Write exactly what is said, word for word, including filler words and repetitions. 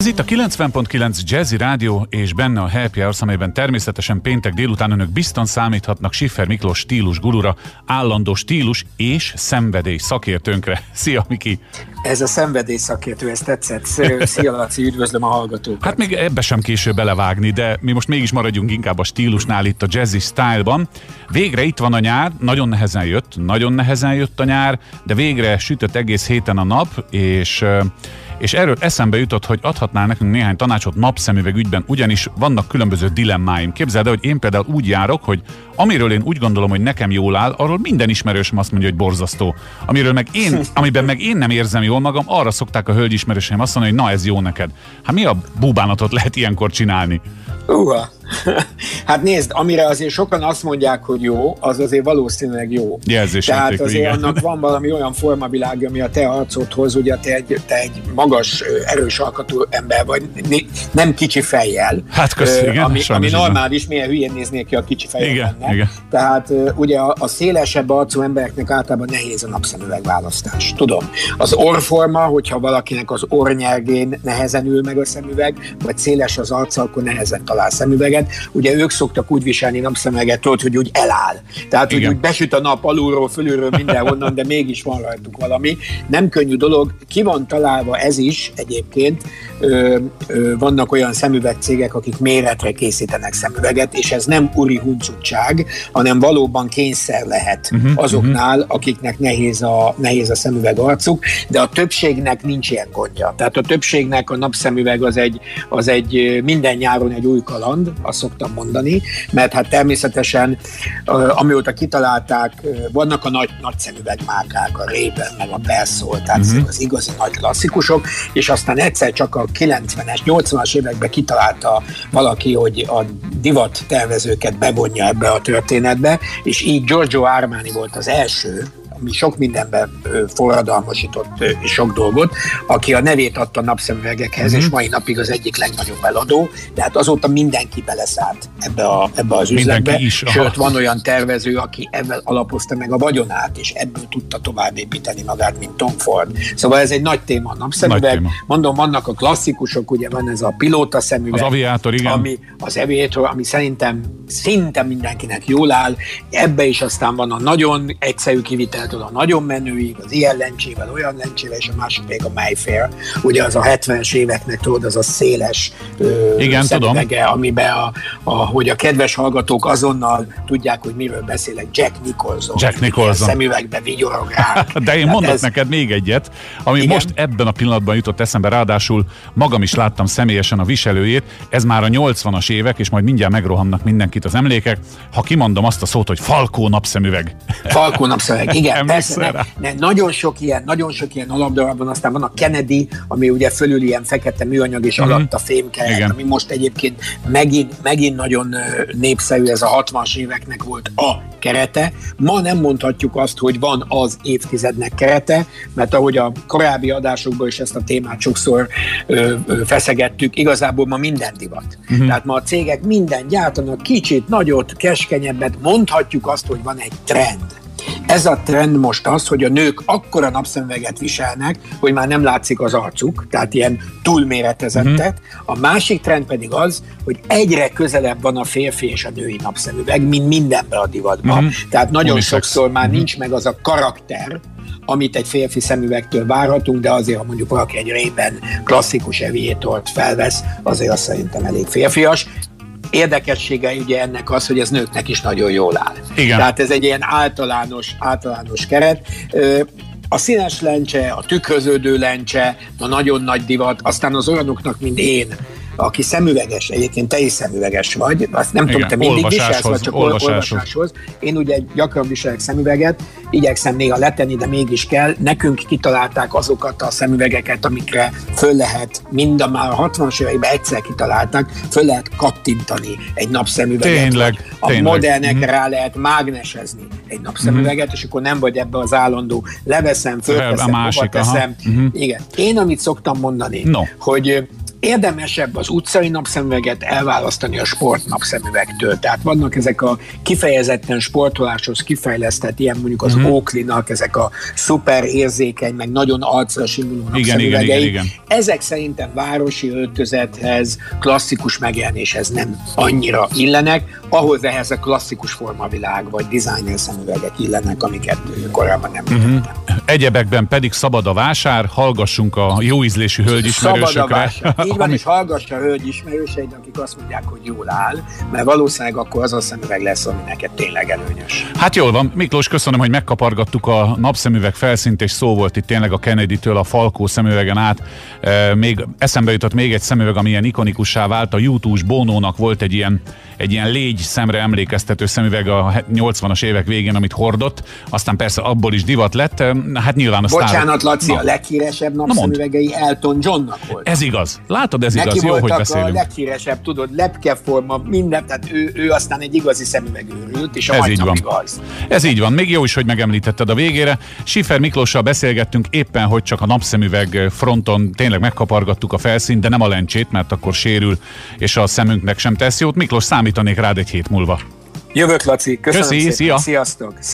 itt a kilencven pont kilenc Jazzy Rádió, és benne a Happy Hours, amelyben természetesen péntek délután önök bizton számíthatnak Schiffer Miklós stílus gurura, állandó stílus és szenvedély szakértőnkre. Szia, Miki! Ez a szenvedély szakértő, ez tetszett. Szia, Laci, üdvözlöm a hallgatókat. Hát még ebbe sem késő belevágni, de mi most mégis maradjunk inkább a stílusnál itt a jazzy style-ban. Végre itt van a nyár, nagyon nehezen jött, nagyon nehezen jött a nyár, de végre sütött egész héten a nap, és... és erről eszembe jutott, hogy adhatnál nekünk néhány tanácsot napszemüveg ügyben, ugyanis vannak különböző dilemmáim. Képzeld el, hogy én például úgy járok, hogy amiről én úgy gondolom, hogy nekem jól áll, arról minden ismerősöm azt mondja, hogy borzasztó. Amiről meg én, amiben meg én nem érzem jól magam, arra szokták a hölgyismerőseim azt mondani, hogy na ez jó neked. Hát mi a búbánatot lehet ilyenkor csinálni? Uha. Hát nézd, amire azért sokan azt mondják, hogy jó, az azért valószínűleg jó. Tehát azért igen. Annak van valami olyan formavilág, ami a te arcodhoz, ugye te egy, te egy magas, erős alkatú ember vagy, nem kicsi fejjel. Hát kösz, igen, ami, ami normális, milyen hülyén néznék ki a kicsi fejjel igen, lenne. Igen. Tehát ugye a, a szélesebb arcú embereknek általában nehéz a napszemüveg választás. Tudom. Az orrforma, hogyha valakinek az orrnyergén nehezen ül meg a szemüveg, vagy széles az arca, akkor nehezen talál szemüveget. Ugye ők szoktak úgy viselni napszemüveget, tudod, hogy úgy eláll. Tehát, igen. Hogy úgy besüt a nap alulról, fölülről, mindenhonnan, de mégis van rajtuk valami. Nem könnyű dolog. Ki van találva ez is egyébként. Ö, ö, vannak olyan szemüvegcégek, akik méretre készítenek szemüveget, és ez nem uri huncutság, hanem valóban kényszer lehet uh-huh, azoknál, uh-huh. akiknek nehéz a, nehéz a szemüveg arcuk, de a többségnek nincs ilyen gondja. Tehát a többségnek a napszemüveg az egy, az egy minden nyáron egy új kaland, azt szoktam mondani, mert hát természetesen amióta kitalálták, vannak a nagy, nagy szemüvegmárkák, a Ray-Ban, meg a Persol, tehát uh-huh. az igazi nagy klasszikusok, és aztán egyszer csak a kilencvenes, nyolcvanas években kitalálta valaki, hogy a divat tervezőket bevonja ebbe a történetbe, és így Giorgio Armani volt az első, ami sok mindenben forradalmasított sok dolgot, aki a nevét adta napszemüvegekhez, mm-hmm. és mai napig az egyik legnagyobb eladó, de hát azóta mindenki beleszállt ebbe, a, ebbe az üzletbe. Is, sőt, van olyan tervező, aki ebben alapozta meg a vagyonát, és ebből tudta tovább építeni magát, mint Tom Ford. Szóval ez egy nagy téma a napszemüveg. Téma. Mondom, vannak a klasszikusok, ugye van ez a pilóta szemüveg, az aviátor, igen. Ami, az aviátor, ami szerintem szinte mindenkinek jól áll. Ebbe is aztán van a nagyon egyszerű kivitel, a nagyon menőig, az ilyen lencsével, olyan lencsével, és a másik még a Mayfair. Ugye az a hetvenes éveknek, tudod, az a széles igen, szemüvege, amiben a, a, hogy a kedves hallgatók azonnal tudják, hogy miről beszélek, Jack Nicholson. Jack Nicholson. Szemüvegbe vigyorog rá. De én hát mondok ez... neked még egyet, ami igen? most ebben a pillanatban jutott eszembe, ráadásul magam is láttam személyesen a viselőjét, ez már a nyolcvanas évek, és majd mindjárt megrohannak mindenkit az emlékek, ha kimondom azt a szót, hogy Falkó napszemüveg. Falkó napszemüveg, igen. Persze, ne, ne, nagyon sok ilyen, nagyon sok ilyen alapdarab van, aztán van a Kennedy, ami ugye fölül ilyen fekete műanyag és uh-huh. alatt a fémkeret, ami most egyébként megint, megint nagyon népszerű, ez a hatvanas éveknek volt a kerete. Ma nem mondhatjuk azt, hogy van az évtizednek kerete, mert ahogy a korábbi adásokban is ezt a témát sokszor ö, ö, feszegettük, igazából ma minden divat. Uh-huh. Tehát ma a cégek minden gyártanak, kicsit, nagyot, keskenyebbet, mondhatjuk azt, hogy van egy trend. Ez a trend most az, hogy a nők akkora napszemüveget viselnek, hogy már nem látszik az arcuk, tehát ilyen túlméretezettet. A másik trend pedig az, hogy egyre közelebb van a férfi és a női napszemüveg, mint mindenben a divatban. Uh-huh. Tehát nagyon Unisex. Sokszor már uh-huh. nincs meg az a karakter, amit egy férfi szemüvegtől várhatunk, de azért, ha mondjuk valaki egy Ray-Ban klasszikus aviatort felvesz, azért azt szerintem elég férfias. Érdekessége ugye ennek az, hogy ez nőknek is nagyon jól áll. Igen. Tehát ez egy ilyen általános, általános keret. A színes lencse, a tükröződő lencse, a nagyon nagy divat, aztán az olyanoknak, mint én, aki szemüveges, egyébként te is szemüveges vagy, azt nem tudom, te mindig viselsz, vagy csak olvasáshoz. olvasáshoz. Én ugye gyakran viselek szemüveget, igyekszem néha letenni, de mégis kell. Nekünk kitalálták azokat a szemüvegeket, amikre föl lehet, mind a már a hatvanas években egyszer kitalálták, föl lehet kattintani egy napszemüveget. Tényleg, a tényleg. modellnek mm. rá lehet mágnesezni egy napszemüveget, mm. és akkor nem vagy ebbe az állandó, leveszem, fölteszem, hova teszem. Mm-hmm. Igen. Én, amit szoktam mondani, no. hogy Érdemesebb az utcai napszemüveget elválasztani a sportnapszemüvegtől. Tehát vannak ezek a kifejezetten sportoláshoz kifejlesztett, ilyen mondjuk az uh-huh. Oakley-nak, ezek a szuper érzékeny, meg nagyon arcra simuló napszemüvegei. Igen, igen, igen. Ezek szerintem városi öltözethez, klasszikus megjelenéshez nem annyira illenek, ahhoz ehhez a klasszikus formavilág vagy designer szemüvegek illenek, amiket korábban nem uh-huh. Illentem. Egyebekben pedig szabad a vásár, hallgassunk a jó ízlésű hölgyismerősökre. Szabad a vásár. Így van, és hallgass a hölgyismerőseid, akik azt mondják, hogy jól áll, mert valószínűleg akkor az a szemüveg lesz, ami neked tényleg előnyös. Hát jól van. Miklós, köszönöm, hogy megkapargattuk a napszemüveg felszínt, és szó volt itt tényleg a Kennedy-től a Falkó szemüvegen át. E, még eszembe jutott még egy szemüveg, ami ilyen ikonikussá vált. A YouTube Bonónak volt egy ilyen, egy ilyen légy szemre emlékeztető szemüveg a nyolcvanas évek végén, amit hordott. Aztán persze abból is divat lett. Hát nyilván a Bocsánat, Laci, na. A leghíresebb napszemüvegei Elton Johnnak volt. Ez igaz. Látod, ez Neki igaz. Jó, hogy beszélünk. A leghíresebb, tudod, lepkeforma, minden, tehát ő, ő aztán egy igazi szemüvegőrült, és a ez mai így napig van. az. Ez így van. Még jó is, hogy megemlítetted a végére. Schiffer Miklóssal beszélgettünk éppen, hogy csak a napszemüveg fronton tényleg megkapargattuk a felszínt, de nem a lencsét, mert akkor sérül, és a szemünknek sem tesz jót. Miklós, számítanék rád egy hét múlva. Jövök, Laci. Köszönöm Köszi, szépen. Szia. Sziasztok.